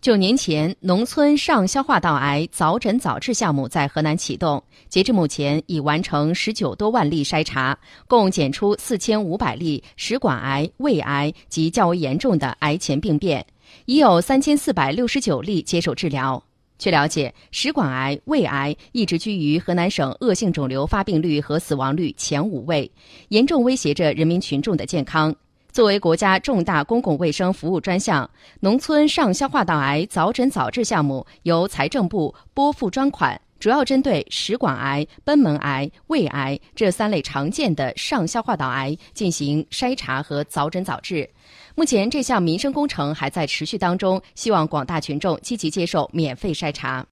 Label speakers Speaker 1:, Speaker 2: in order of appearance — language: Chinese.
Speaker 1: 9年前，农村上消化道癌早诊早治项目在河南启动，截至目前已完成19多万例筛查，共检出4500例食管癌、胃癌及较为严重的癌前病变，已有3469例接受治疗。据了解，食管癌、胃癌一直居于河南省恶性肿瘤发病率和死亡率前5位，严重威胁着人民群众的健康。作为国家重大公共卫生服务专项，农村上消化道癌早诊早治项目由财政部拨付专款，主要针对食管癌、贲门癌、胃癌这3类常见的上消化道癌进行筛查和早诊早治。目前这项民生工程还在持续当中，希望广大群众积极接受免费筛查。